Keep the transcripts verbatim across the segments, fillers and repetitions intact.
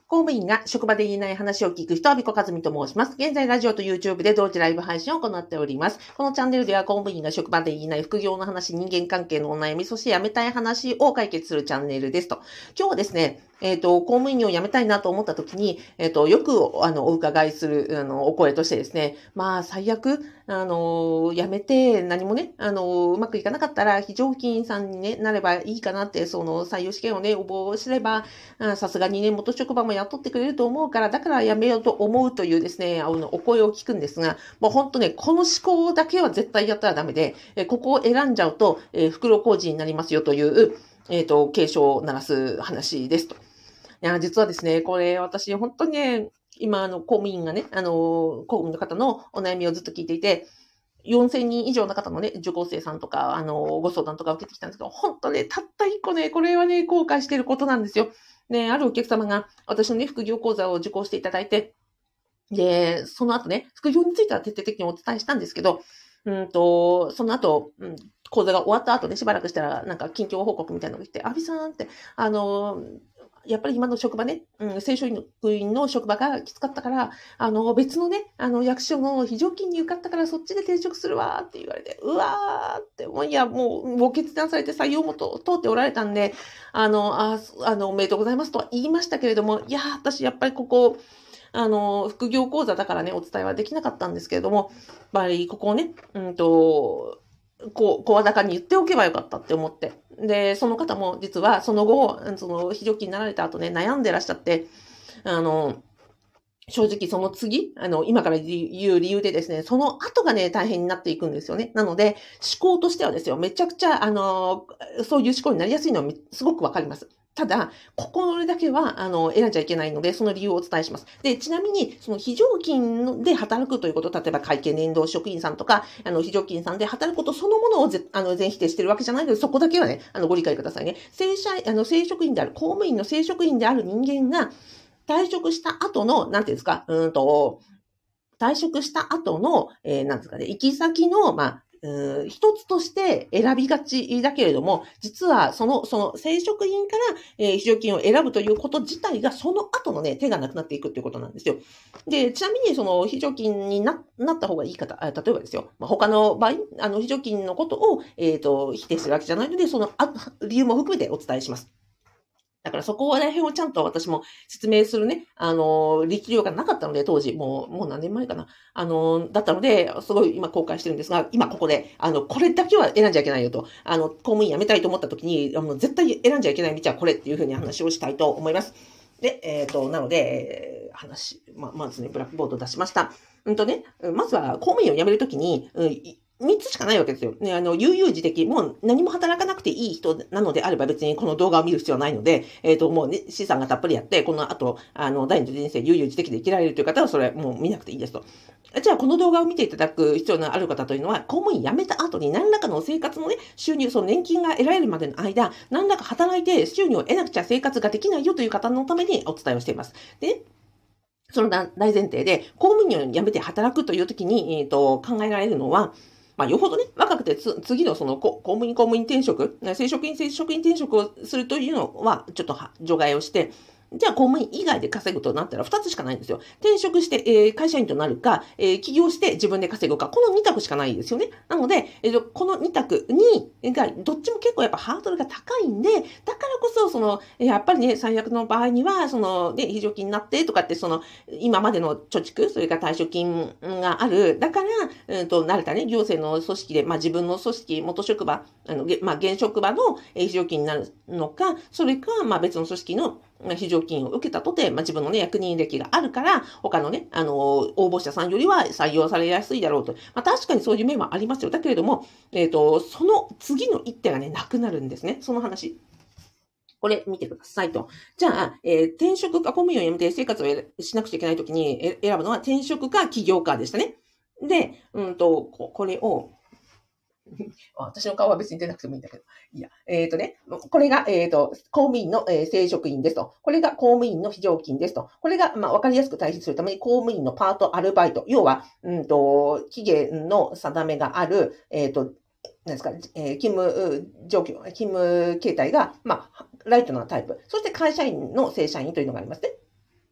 公務員が職場で言えない話を聞く人は、びこかずみと申します。現在、ラジオと YouTube で同時ライブ配信を行っております。このチャンネルでは、公務員が職場で言えない副業の話、人間関係のお悩み、そして辞めたい話を解決するチャンネルですと。今日はですね、えっ、と、公務員を辞めたいなと思った時に、えっ、と、よく、あの、お伺いする、あの、お声としてですね、まあ、最悪、あの、辞めて何もね、あの、うまくいかなかったら、非常勤員さんに、ね、なればいいかなって、その、採用試験をね、応募すれば、さすがにね、元職場も雇ってくれると思うから、だから辞めようと思うというですね、あの、お声を聞くんですが、もう本当ね、この思考だけは絶対やったらダメで、えここを選んじゃうと、えー、袋小路になりますよという、えっ、と、警鐘を鳴らす話ですと。いや、実はですね、これ私本当にね、今、あの、公務員がね、あの、公務員の方のお悩みをずっと聞いていて、よんせんにん以上の方のね、受講生さんとか、あの、ご相談とか受けてきたんですけど、本当ね、たった一個ね、これはね、後悔していることなんですよ。ね、あるお客様が私のね、副業講座を受講していただいて、で、その後ね、副業については徹底的にお伝えしたんですけど、うんと、その後、うん、講座が終わった後ね、しばらくしたら、なんか近況報告みたいなのが来て、アビさんって、あの、やっぱり今の職場ね、うん、正職員の職場がきつかったから、あの、別のね、あの、役所の非常勤に受かったからそっちで転職するわって言われて、うわーって、もういや、もう、ご決断されて採用もと通っておられたんで、あの、あ、あの、おめでとうございますとは言いましたけれども、いや、私やっぱりここ、あの、副業講座だからね、お伝えはできなかったんですけれども、やっぱりここをね、うんと、こう、声高に言っておけばよかったって思って。で、その方も実はその後、その非常勤になられた後ね、悩んでらっしゃって、あの、正直その次、あの、今から言う理由でですね、その後がね、大変になっていくんですよね。なので、思考としてはですよ、めちゃくちゃ、あの、そういう思考になりやすいのはすごくわかります。ただ、ここだけは、あの、選んじゃいけないので、その理由をお伝えします。で、ちなみに、その非常勤で働くということ、例えば会計年度職員さんとか、あの、非常勤さんで働くことそのものをぜあの全否定してるわけじゃないので、そこだけはね、あの、ご理解くださいね。正社、あの、正職員である、公務員の正職員である人間が、退職した後の、なんていうんですか、うんと、退職した後の、えー、なんですかね、行き先の、まあ、う一つとして選びがちだけれども、実はその、その正職員から、えー、非常勤を選ぶということ自体が、その後のね、手がなくなっていくということなんですよ。で、ちなみに、その、非常勤にななった方がいい方、例えばですよ、まあ、他の場合、あの、非常勤のことを、えっと、否定するわけじゃないので、そのあ理由も含めてお伝えします。だからそこら辺をちゃんと私も説明するね、あの、力量がなかったので、当時、もう、もう何年前かな。あの、だったので、すごい今後悔してるんですが、今ここで、あの、これだけは選んじゃいけないよと。あの、公務員辞めたいと思った時に、あの、絶対選んじゃいけない道はこれっていうふうに話をしたいと思います。で、えっ、ー、と、なので、話、ま、まずね、ブラックボード出しました。うんとね、まずは公務員を辞めるときに、うんみっつしかないわけですよ。ね、あの、悠々自適、もう何も働かなくていい人なのであれば別にこの動画を見る必要はないので、えっ、ー、と、もうね、資産がたっぷりあって、この後、あの、第二の人生悠々自適で生きられるという方は、それもう見なくていいですと。じゃあ、この動画を見ていただく必要のある方というのは、公務員辞めた後に何らかの生活のね、収入、その年金が得られるまでの間、何らか働いて収入を得なくちゃ生活ができないよという方のためにお伝えをしています。で、その大前提で、公務員を辞めて働くという時に、えっ、ー、と、考えられるのは、まあ、よほどね、若くてつ、次のその公務員公務員転職、正職員正職員転職をするというのは、ちょっと除外をして、じゃあ公務員以外で稼ぐとなったらふたつしかないんですよ。転職して、えー、会社員となるか、えー、起業して自分で稼ぐか、このに択しかないですよね。なので、えー、このに択に、が、どっちも結構やっぱハードルが高いんで、だからこそ、その、やっぱりね、最悪の場合には、その、ね、非常勤になってとかって、その、今までの貯蓄、それから退職金がある。だから、うんと、慣れたね、行政の組織で、まあ自分の組織、元職場、あの、まあ現職場の非常勤になるのか、それか、まあ別の組織の非常勤を受けたとて、まあ自分のね、役人歴があるから、他のね、あの、応募者さんよりは採用されやすいだろうと。まあ確かにそういう面はありますよ。だけれども、えっと、その次の一手がね、なくなるんですね。その話。これ見てくださいと。じゃあ、えー、転職か公務員を辞めて生活をしなくちゃいけないときに選ぶのは転職か起業家でしたね。で、うんと、これを、私の顔は別に出なくてもいいんだけど。いや、えっ、ー、とね、これが、えっ、ー、と、公務員の、えー、正職員ですと。これが公務員の非常勤ですと。これが、まあ、わかりやすく対比するために、公務員のパート、アルバイト。要は、うんと、期限の定めがある、えっ、ー、と、なんですか、えー、勤務状況、勤務形態が、まあ、ライトなタイプ。そして会社員の正社員というのがありますね。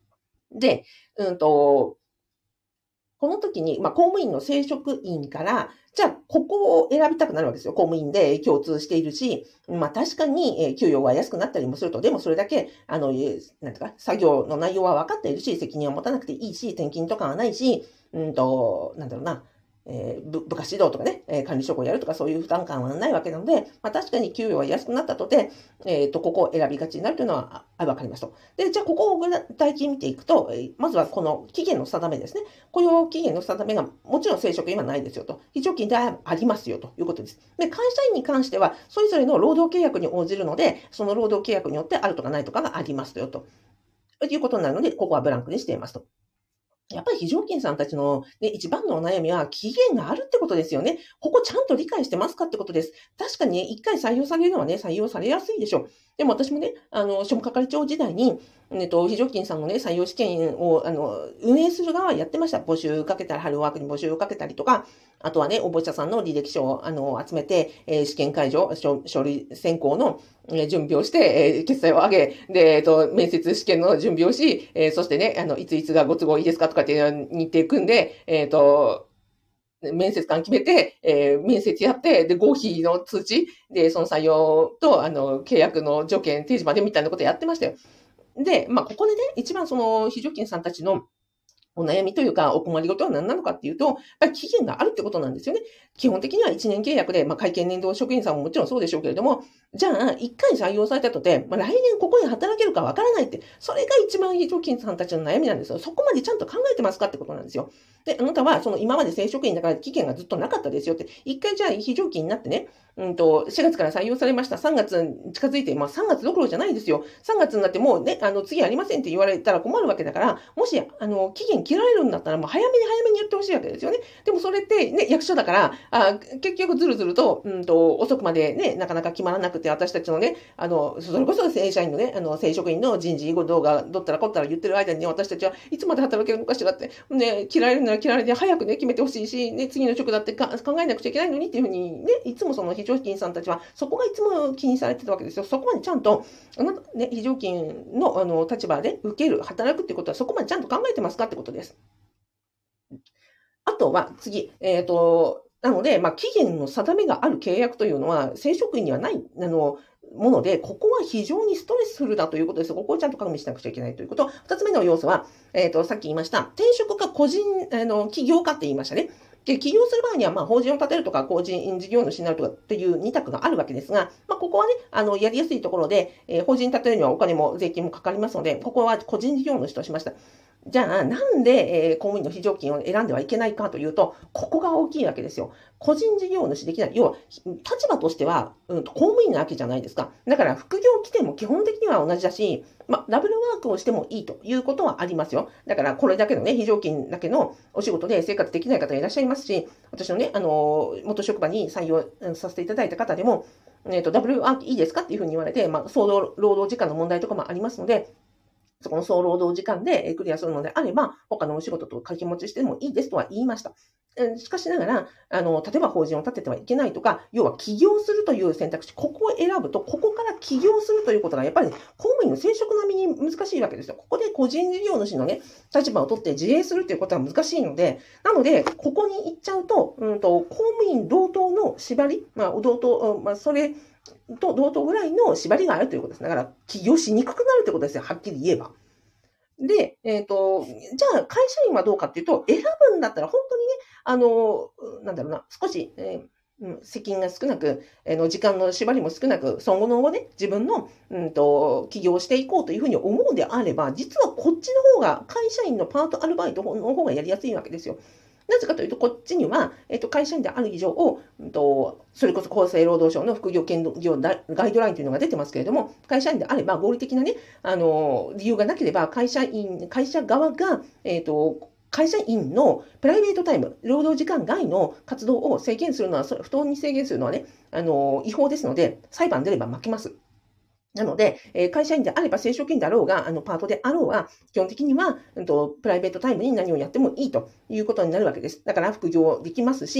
で、うんと、この時に、まあ、公務員の正職員から、じゃあ、ここを選びたくなるわけですよ。公務員で共通しているし、まあ、確かに、えー給与は安くなったりもすると、でもそれだけ、あの、えーなんていうか、作業の内容は分かっているし、責任を持たなくていいし、転勤とかはないし、うんと、なんだろうな、えー部部下指導とかね、えー管理職をやるとかそういう負担感はないわけなので、まあ、確かに給与は安くなったとて、えっと、ここを選びがちになるというのは、あ、わかりますと。で、じゃあ、ここを具体的に見ていくと、えーまずはこの期限の定めですね。雇用期限の定めが、もちろん正職今ないですよと。非常勤でありますよということです。で、会社員に関しては、それぞれの労働契約に応じるので、その労働契約によってあるとかないとかがありますよと。いうことになるので、ここはブランクにしていますと。やっぱり非常勤さんたちの、ね、一番のお悩みは期限があるってことですよね。ここちゃんと理解してますかってことです。確かにね、一回採用されるのはね、採用されやすいでしょう。でも私もね、あの、庶務係長時代に、えっと、非常勤さんのね、採用試験を、あの、運営する側はやってました。募集かけたり、ハローワークに募集をかけたりとか、あとはね、応募者さんの履歴書を、あの、集めて、えー試験会場、書書類選考の、えー準備をして、えー決済を上げ、で、えっと、面接試験の準備をし、えーそしてね、あの、いついつがご都合いいですかとかっていう日程組んで、えっと、面接官決めて、えー面接やって、で、合否の通知、で、その採用と、あの、契約の条件提示までみたいなことやってましたよ。で、まあ、ここでね、一番その、非常勤さんたちのお悩みというか、お困りごとは何なのかっていうと、やっぱり期限があるってことなんですよね。基本的にはいちねん契約で、まあ、会計年度職員さんももちろんそうでしょうけれども、じゃあ、いっかい採用されたとて、まあ、来年ここで働けるかわからないって、それが一番非常勤さんたちの悩みなんですよ。そこまでちゃんと考えてますかってことなんですよ。で、あなたは、その今まで正職員だから期限がずっとなかったですよって、一回じゃあ非常勤になってね、うんと、しがつから採用されました。さんがつに近づいて、まあさんがつどころじゃないですよ。さんがつになってもうね、あの、次ありませんって言われたら困るわけだから、もし、あの、期限切られるんだったら、もう早めに早めに言ってほしいわけですよね。でもそれってね、役所だから、あ結局ずるずると、うんと、遅くまでね、なかなか決まらなくて、私たちのね、あの、それこそ正社員のね、あの、正職員の人事動画、どったらこったら言ってる間にね、私たちはいつまで働けるのかしらって、ね、切られるなら切られて早くね、決めてほしいし、ね、次の職だってか考えなくちゃいけないのにっていうふうにね、いつもその非常勤さんたちは、そこがいつも気にされてたわけですよ。そこまでちゃんと、あなたね、非常勤のあの立場で受ける、働くってことは、そこまでちゃんと考えてますかってことです。あとは次、えっと、なので、まあ、期限の定めがある契約というのは、正職員にはない、あの、もので、ここは非常にストレスフルだということです。ここをちゃんと加味しなくちゃいけないということ。二つ目の要素は、えっと、さっき言いました、転職か個人、あの、起業かって言いましたね。で、起業する場合には、まあ、法人を立てるとか、個人事業主になるとかっていう二択があるわけですが、まあ、ここはね、あの、やりやすいところで、えー法人立てるにはお金も税金もかかりますので、ここは個人事業主としました。じゃあ、なんで、えー公務員の非常勤を選んではいけないかというと、ここが大きいわけですよ。個人事業主できない。要は、立場としては、うんと、公務員なわけじゃないですか。だから、副業規定も基本的には同じだし、まあ、ダブルワークをしてもいいということはありますよ。だから、これだけのね、非常勤だけのお仕事で生活できない方いらっしゃいますし、私のね、あの、元職場に採用うんさせていただいた方でも、えっと、ダブルワークいいですかっていうふうに言われて、まあ、総労働時間の問題とかもありますので、そこの総労働時間でクリアするのであれば、他のお仕事と掛け持ちしてもいいですとは言いました。えしかしながら、あの、例えば法人を立ててはいけないとか、要は起業するという選択肢、ここを選ぶと、ここから起業するということが、やっぱり、ね、公務員の正職並みに難しいわけですよ。ここで個人事業主のね、立場を取って自営するということは難しいので、なので、ここに行っちゃうと、うんと、公務員同等の縛り、まあ、同等、まあ、それと同等ぐらいの縛りがあるということです。だから、起業しにくくなるということですよ。はっきり言えば。で、えっと、じゃあ、会社員はどうかっていうと、選ぶんだったら本当にね、あの、なんだろうな、少し、えーうん、責任が少なく、あの時間の縛りも少なく、その後ね、自分の、うんと、起業していこうというふうに思うであれば、実はこっちの方が、会社員のパートアルバイトの方がやりやすいわけですよ。なぜかというと、こっちには、えっと、会社員である以上を、うんと、それこそ厚生労働省の副業兼業ガイドラインというのが出てますけれども、会社員であれば合理的なね、あの、理由がなければ、会社員、会社側が、えっと、会社員のプライベートタイム、労働時間外の活動を制限するのは、不当に制限するのはね、あの、違法ですので、裁判出れば負けます。なので、えー会社員であれば、正職員であろうが、あの、パートであろうが、基本的には、うんと、プライベートタイムに何をやってもいいということになるわけです。だから、副業できますし、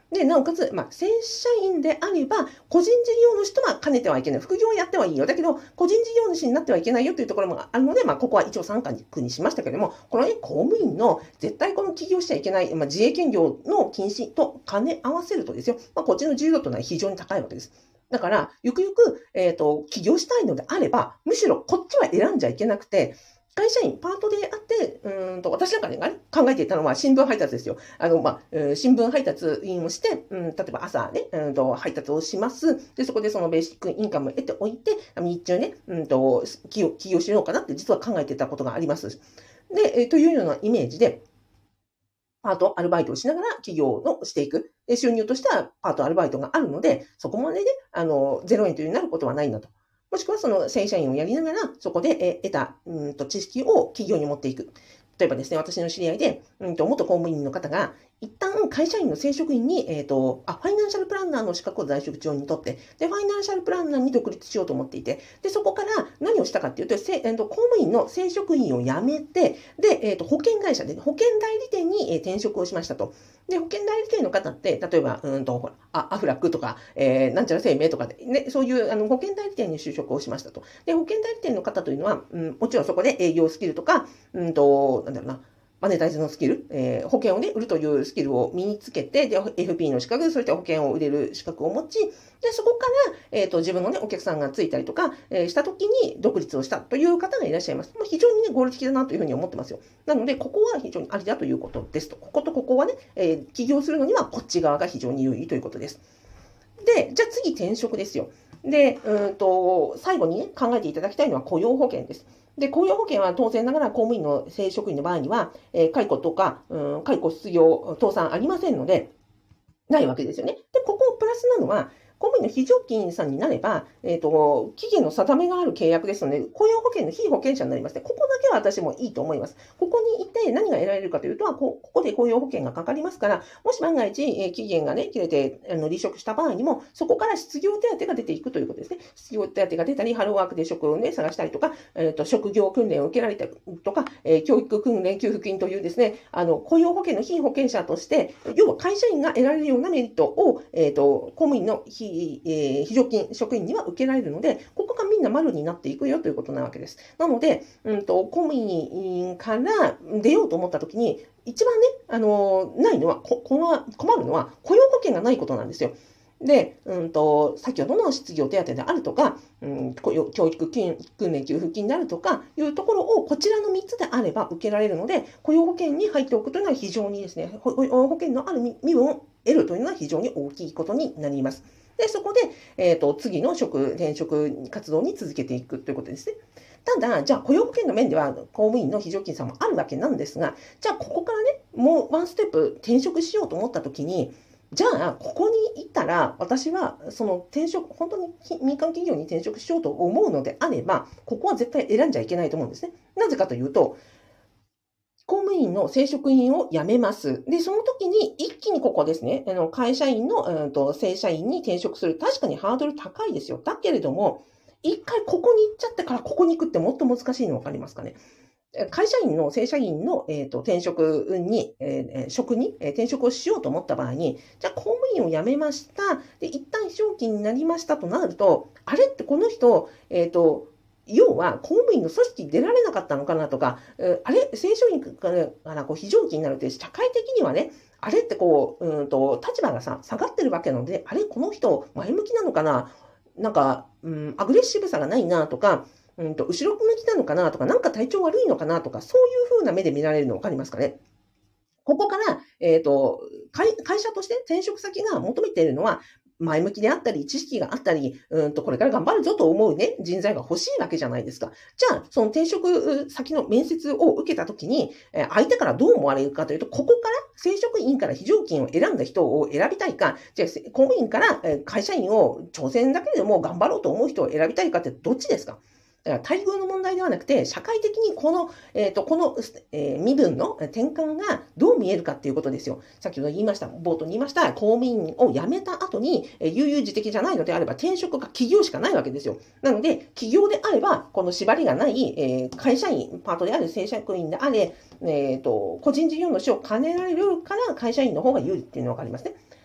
で、なおかつ、まあ、正社員であれば、個人事業主とは兼ねてはいけない。副業はやってはいいよ。だけど、個人事業主になってはいけないよというところもあるので、まあ、ここは一応参加にしましたけれども、このね、公務員の絶対この起業しちゃいけない、まあ、自営兼業の禁止と兼ね合わせるとですよ、まあ、こっちの自由度というのは非常に高いわけです。だから、ゆくゆく、えっと、起業したいのであれば、むしろこっちは選んじゃいけなくて、会社員、パートであって、うんと、私なんかね、考えていたのは新聞配達ですよ。あの、まあ、新聞配達員をして、うん、例えば朝ね、うんと、配達をします。で、そこでそのベーシックインカムを得ておいて、日中ね、うんと、起業、起業しようかなって実は考えていたことがあります。で、えというようなイメージで、パート、アルバイトをしながら起業をしていく。で、収入としてはパート、アルバイトがあるので、そこまでね、あの、ゼロえんというになることはないんだと。もしくはその正社員をやりながら、そこで得たうんと知識を企業に持っていく。例えばですね、私の知り合いで、うんと元公務員の方が、一旦会社員の正職員に、えっ、ー、と、あ、ファイナンシャルプランナーの資格を在職中に取って、で、ファイナンシャルプランナーに独立しようと思っていて、で、そこから何をしたかっていうと、せえー、と公務員の正職員を辞めて、で、えっ、ー、と、保険会社で、保険代理店に、えー、転職をしましたと。で、保険代理店の方って、例えば、うんと、ほら、あアフラックとか、えー、なんちゃら生命とかで、ね、そういうあの保険代理店に就職をしましたと。で、保険代理店の方というのは、うん、もちろんそこで営業スキルとか、うんと、なんだろうな、マネタイズのスキル、えー、保険をね、売るというスキルを身につけて、で、エフピー の資格、そして保険を売れる資格を持ち、で、そこから、えっ、ー、と、自分のね、お客さんがついたりとか、えー、したときに独立をしたという方がいらっしゃいます。まあ、非常にね、合理的だなというふうに思ってますよ。なので、ここは非常にありだということですと。こことここはね、えー、起業するのにはこっち側が非常に有利ということです。で、じゃあ次、転職ですよ。で、うんと、最後にね、考えていただきたいのは雇用保険です。で、雇用保険は当然ながら公務員の正職員の場合には、えー、解雇とか、うん、解雇失業、倒産ありませんので、ないわけですよね。で、ここプラスなのは、公務員の非常勤さんになれば、えっ、ー、と、期限の定めがある契約ですので、雇用保険の非保険者になりますね。ここだけは私もいいと思います。ここにいて何が得られるかというと、ここで雇用保険がかかりますから、もし万が一、えー、期限がね、切れて、あの離職した場合にも、そこから失業手当が出ていくということですね。失業手当が出たり、ハローワークで職をね、探したりとか、えっ、ー、と、職業訓練を受けられたりとか、えー、教育訓練給付金というですね、あの、雇用保険の非保険者として、要は会社員が得られるようなメリットを、えっ、ー、と、公務員の非、えー、非常勤職員には受けられるので、ここがみんな丸になっていくよということなわけです。なので、うんと、公務員から出ようと思ったときに、一番ね、あの、ないのは、こ困るのは、雇用保険がないことなんですよ。で、うんと、先ほどの失業手当であるとか、うん、教育訓練給付金であるとかいうところをこちらのみっつであれば受けられるので、雇用保険に入っておくというのは非常にですね、雇用保険のある身分を得るというのは非常に大きいことになります。で、そこで、えっと、次の職、転職活動に続けていくということですね。ただ、じゃあ雇用保険の面では公務員の非常勤さんもあるわけなんですが、じゃあここからね、もうワンステップ転職しようと思ったときに、じゃあ、ここに行ったら、私は、その転職、本当に民間企業に転職しようと思うのであれば、ここは絶対選んじゃいけないと思うんですね。なぜかというと、公務員の正職員を辞めます。で、その時に一気にここですね、あの会社員の、うん、と正社員に転職する。確かにハードル高いですよ。だけれども、一回ここに行っちゃってからここに行くってもっと難しいの分かりますかね。会社員の正社員の、えー、と転職に、えー、職に、えー、転職をしようと思った場合に、じゃあ公務員を辞めました。で、一旦非常勤になりましたとなると、あれってこの人、えっ、ー、と、要は公務員の組織に出られなかったのかなとか、あれ、正社員からこう非常勤になるって社会的にはね、あれってこう、うんと立場がさ下がってるわけなので、あれ、この人前向きなのかな、なんか、うん、アグレッシブさがないなとか、うんと後ろ向きなのかなとか、なんか体調悪いのかなとか、そういう風な目で見られるの分かりますかね。ここから、えっと、会、会社として転職先が求めているのは、前向きであったり、知識があったり、うんと、これから頑張るぞと思うね、人材が欲しいわけじゃないですか。じゃあ、その転職先の面接を受けたときに、相手からどう思われるかというと、ここから正職員から非常勤を選んだ人を選びたいか、じゃあ、公務員から会社員を挑戦だけでも頑張ろうと思う人を選びたいかってどっちですか？だから待遇の問題ではなくて、社会的にこの、えっと、この、えー、身分の転換がどう見えるかっていうことですよ。先ほど言いました、冒頭に言いました、公務員を辞めた後に、えー、悠々自適じゃないのであれば、転職か起業しかないわけですよ。なので、起業であれば、この縛りがない、えー、会社員、パートである正社員であれ、えっと、個人事業主を兼ねられるから会社員の方が有利っていうのがわかりますね。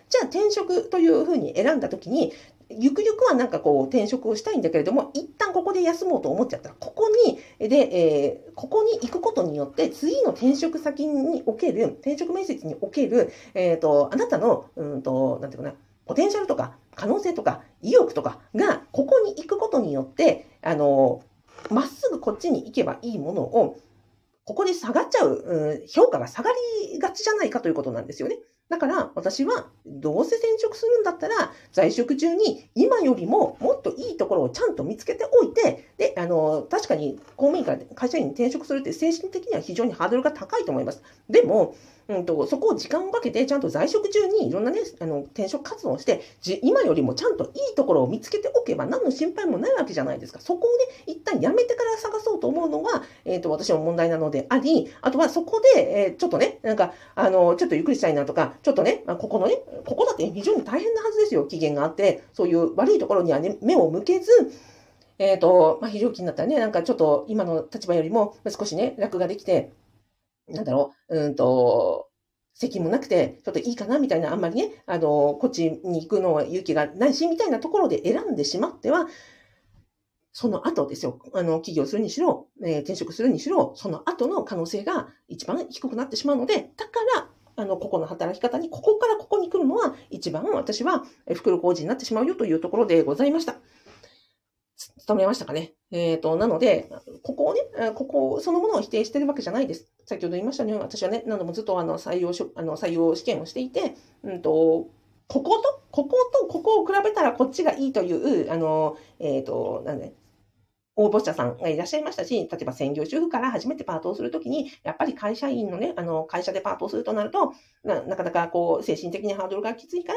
じゃあ転職というふうに選んだときに、ゆくゆくはなんかこう転職をしたいんだけれども、一旦ここで休もうと思っちゃったら、ここに、で、えー、ここに行くことによって、次の転職先における、転職面接における、えっと、あなたの、うんと、なんていうかな、ポテンシャルとか、可能性とか、意欲とかが、ここに行くことによって、あの、まっすぐこっちに行けばいいものを、ここで下がっちゃう、うん、評価が下がりがちじゃないかということなんですよね。だから私はどうせ転職するんだったら在職中に今よりももっといいところをちゃんと見つけておいて、で、あの、確かに公務員から会社員に転職するって精神的には非常にハードルが高いと思います。でも、うんと、そこを時間をかけてちゃんと在職中にいろんなね、あの、転職活動をして、じ今よりもちゃんといいところを見つけておけば何の心配もないわけじゃないですか。そこをね、一旦やめてから探そうと思うのが、えっと、私の問題なのであり、あとはそこで、えーちょっとね、なんか、あの、ちょっとゆっくりしたいなとか、ちょっとね、まあここのね、ここだって非常に大変なはずですよ。期限があって、そういう悪いところにはね、目を向けず、えっと、まあ、非常勤になったらね、なんかちょっと今の立場よりも少しね、楽ができて、なんだろう、うんと、責任もなくて、ちょっといいかなみたいな、あんまりね、あの、こっちに行くのは勇気がないし、みたいなところで選んでしまっては、その後ですよ、あの、起業するにしろ、えー転職するにしろ、その後の可能性が一番低くなってしまうので、だから、あの、ここの働き方に、ここからここに来るのは、一番私は、えー袋小路になってしまうよというところでございました。つ務めましたかね。えっと、なので、ここをね、えーここそのものを否定してるわけじゃないです。先ほど言いましたように、私はね、何度もずっとあの採用しょ、あの採用試験をしていて、うんと、ここと、こことここを比べたらこっちがいいという、あの、えっと、なんで、応募者さんがいらっしゃいましたし、例えば専業主婦から初めてパートをするときに、やっぱり会社員のね、あの、会社でパートをするとなると、ななかなかこう、精神的にハードルがきついから、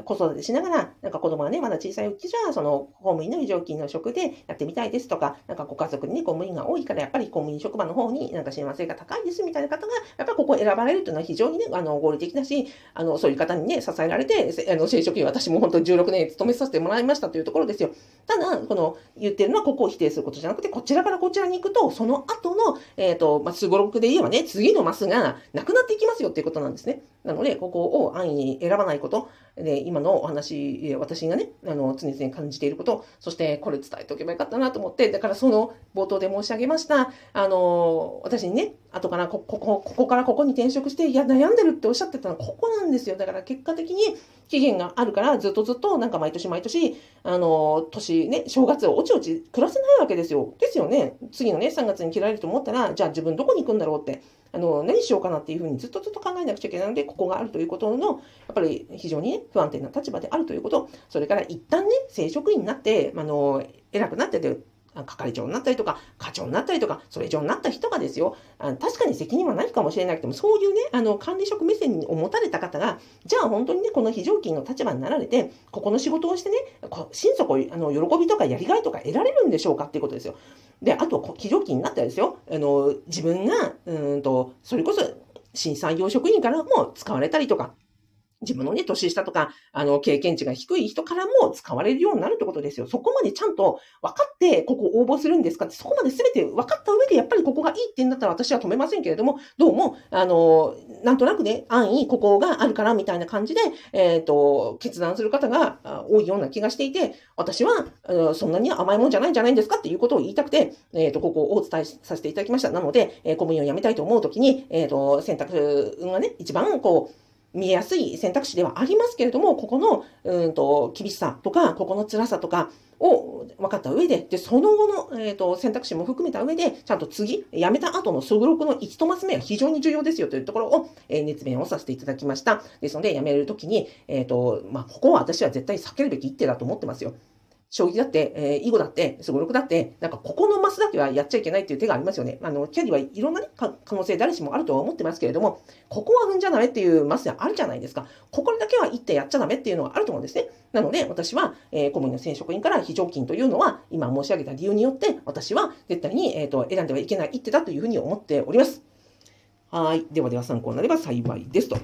子育てしながら、なんか子供はね、まだ小さいうちじゃ、その、公務員の非常勤の職でやってみたいですとか、なんかご家族にね、公務員が多いから、やっぱり公務員職場の方になんか親和性が高いですみたいな方が、やっぱりここを選ばれるというのは非常にね、あの、合理的だし、あの、そういう方にね、支えられて、せあの、正職員私も本当にじゅうろくねん勤めさせてもらいましたというところですよ。ただ、この、言ってるのはここを否定することじゃなくて、こちらからこちらに行くと、その後の、えっと、まあ、すごろくで言えばね、次のマスがなくなっていきますよっていうことなんですね。なので、ここを安易に選ばないこと、で、今のお話、私がね、あの、常々感じていること、そしてこれ伝えておけばよかったなと思って、だからその冒頭で申し上げました、あの、私にね、後からこ、ここ、ここからここに転職して、いや、悩んでるっておっしゃってたのはここなんですよ。だから結果的に期限があるから、ずっとずっと、なんか毎年毎年、あの、年ね、正月をおちおち暮らせないわけですよ。ですよね。次のね、さんがつに切られると思ったら、じゃあ自分どこに行くんだろうって。あの、何しようかなっていうふうにずっとずっと考えなくちゃいけないので、ここがあるということの、やっぱり非常にね、不安定な立場であるということ、それから一旦ね、正職員になって、あの、偉くなってて、係長になったりとか、課長になったりとか、それ以上になった人がですよ、あ確かに責任はないかもしれなくても、そういうね、あの、管理職目線を持たれた方が、じゃあ本当にね、この非常勤の立場になられて、ここの仕事をしてね、こ心底、あの、喜びとかやりがいとか得られるんでしょうかっていうことですよ。で、あと、非常勤になったらですよ、あの、自分が、うんと、それこそ、新採用職員からも使われたりとか、自分のね、年下とか、あの、経験値が低い人からも使われるようになるってことですよ。そこまでちゃんと分かって、ここ応募するんですかって、そこまで全て分かった上で、やっぱりここがいいって言うんだったら私は止めませんけれども、どうも、あの、なんとなくね、安易、ここがあるからみたいな感じで、えっと、決断する方があ多いような気がしていて、私は、うんそんなに甘いもんじゃないんじゃないんですかっていうことを言いたくて、えっと、ここをお伝えさせていただきました。なので、えー公務員を辞めたいと思うときに、えっと、選択がね、一番こう、見えやすい選択肢ではありますけれども、ここの、うんと、厳しさとか、ここの辛さとかを分かった上で、で、その後の、えっと、選択肢も含めた上で、ちゃんと次、辞めた後のすごろくのいちマス目は非常に重要ですよというところを、えー熱弁をさせていただきました。ですので、辞めるときに、えっと、まあ、ここは私は絶対避けるべき一手だと思ってますよ。将棋だって、えー囲碁だって、すごろくだって、なんかここのマスだけはやっちゃいけないっていう手がありますよね。あの、キャリはいろんな、ね、可能性誰しもあるとは思ってますけれども、ここは踏んじゃダメっていうマスがあるじゃないですか。ここだけは一手やっちゃダメっていうのがあると思うんですね。なので、私は、えー、公務員の正職員から非常勤というのは、今申し上げた理由によって、私は絶対に、えーと、選んではいけない一手だというふうに思っております。はい。ではでは参考になれば幸いですと。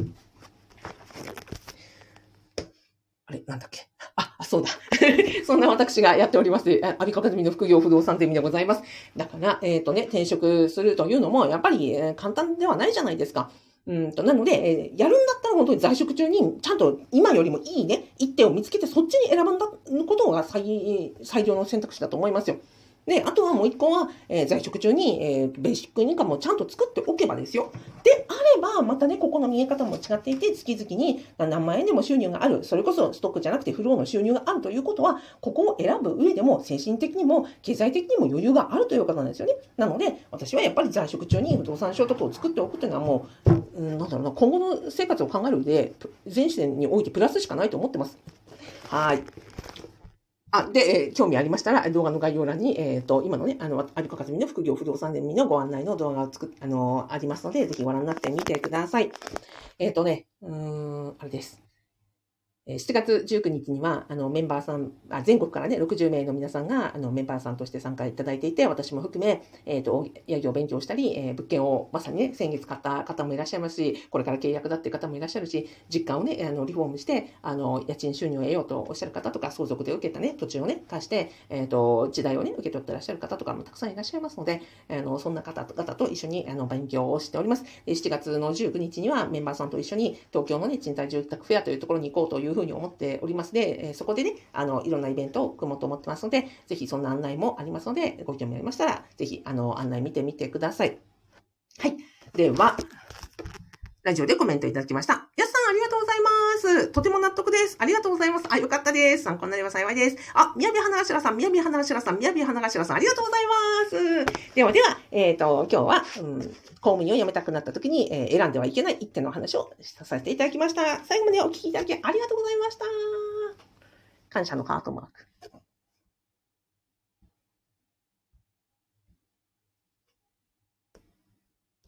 あれ、なんだっけ。あ、あそうだ。そんな私がやっております、あアビカカズミの副業不動産ゼミでございます。だから、えっとね、転職するというのも、やっぱり、えー簡単ではないじゃないですか。 うんと、なので、えーやるんだったら本当に在職中に、ちゃんと今よりもいいね、一手を見つけて、そっちに選ぶんだことが最、最良の選択肢だと思いますよ。で、あとはもう一個は、えー在職中に、えーベーシックインカムをちゃんと作っておけばですよ。であれば、またね、ここの見え方も違っていて、月々に何万円でも収入がある。それこそストックじゃなくてフローの収入があるということは、ここを選ぶ上でも精神的にも経済的にも余裕があるということなんですよね。なので、私はやっぱり在職中に不動産所得を作っておくというのはもう、うん、なんだろうな、今後の生活を考える上で、全視点においてプラスしかないと思ってます。はい。あ、で、えー興味ありましたら、動画の概要欄に、えっと、今のね、あの、有子和美の副業不動産ゼミのご案内の動画を作っ、あの、ありますので、ぜひご覧になってみてください。えっとね、うーん、あれです。えーしちがつじゅうくにちには、あの、メンバーさん、あ、全国からね、ろくじゅうめいの皆さんが、あの、メンバーさんとして参加いただいていて、私も含め、えっと、営業を勉強したり、えー物件をまさにね、先月買った方もいらっしゃいますし、これから契約だっていう方もいらっしゃるし、実家をね、あの、リフォームして、あの、家賃収入を得ようとおっしゃる方とか、相続で受けたね、土地をね、貸して、えっと、地代をね、受け取ってらっしゃる方とかもたくさんいらっしゃいますので、あの、そんな方々と一緒に、あの、勉強をしております。でしちがつのじゅうくにちにはメンバーさんと一緒に東京のね、賃貸住宅フェアというところに行こうというふうに思っておりますで、えーそこでね、あの、いろんなイベントを組もうと思ってますので、ぜひそんな案内もありますので、ご興味ありましたら、ぜひ、あの、案内見てみてください。はい。では、ラジオでコメントいただきました。やすさん、ありがとうございます。とても納得です。ありがとうございます。あ、よかったです。参考になれば幸いです。あ、みやび花頭さん、みやび花頭さん、みやび花頭さん、ありがとうございます。ではでは、えっ、と、今日は、うん、公務員を辞めたくなった時に、えー選んではいけない一手の話をさせていただきました。最後までお聞きいただきありがとうございました。感謝のハートマーク。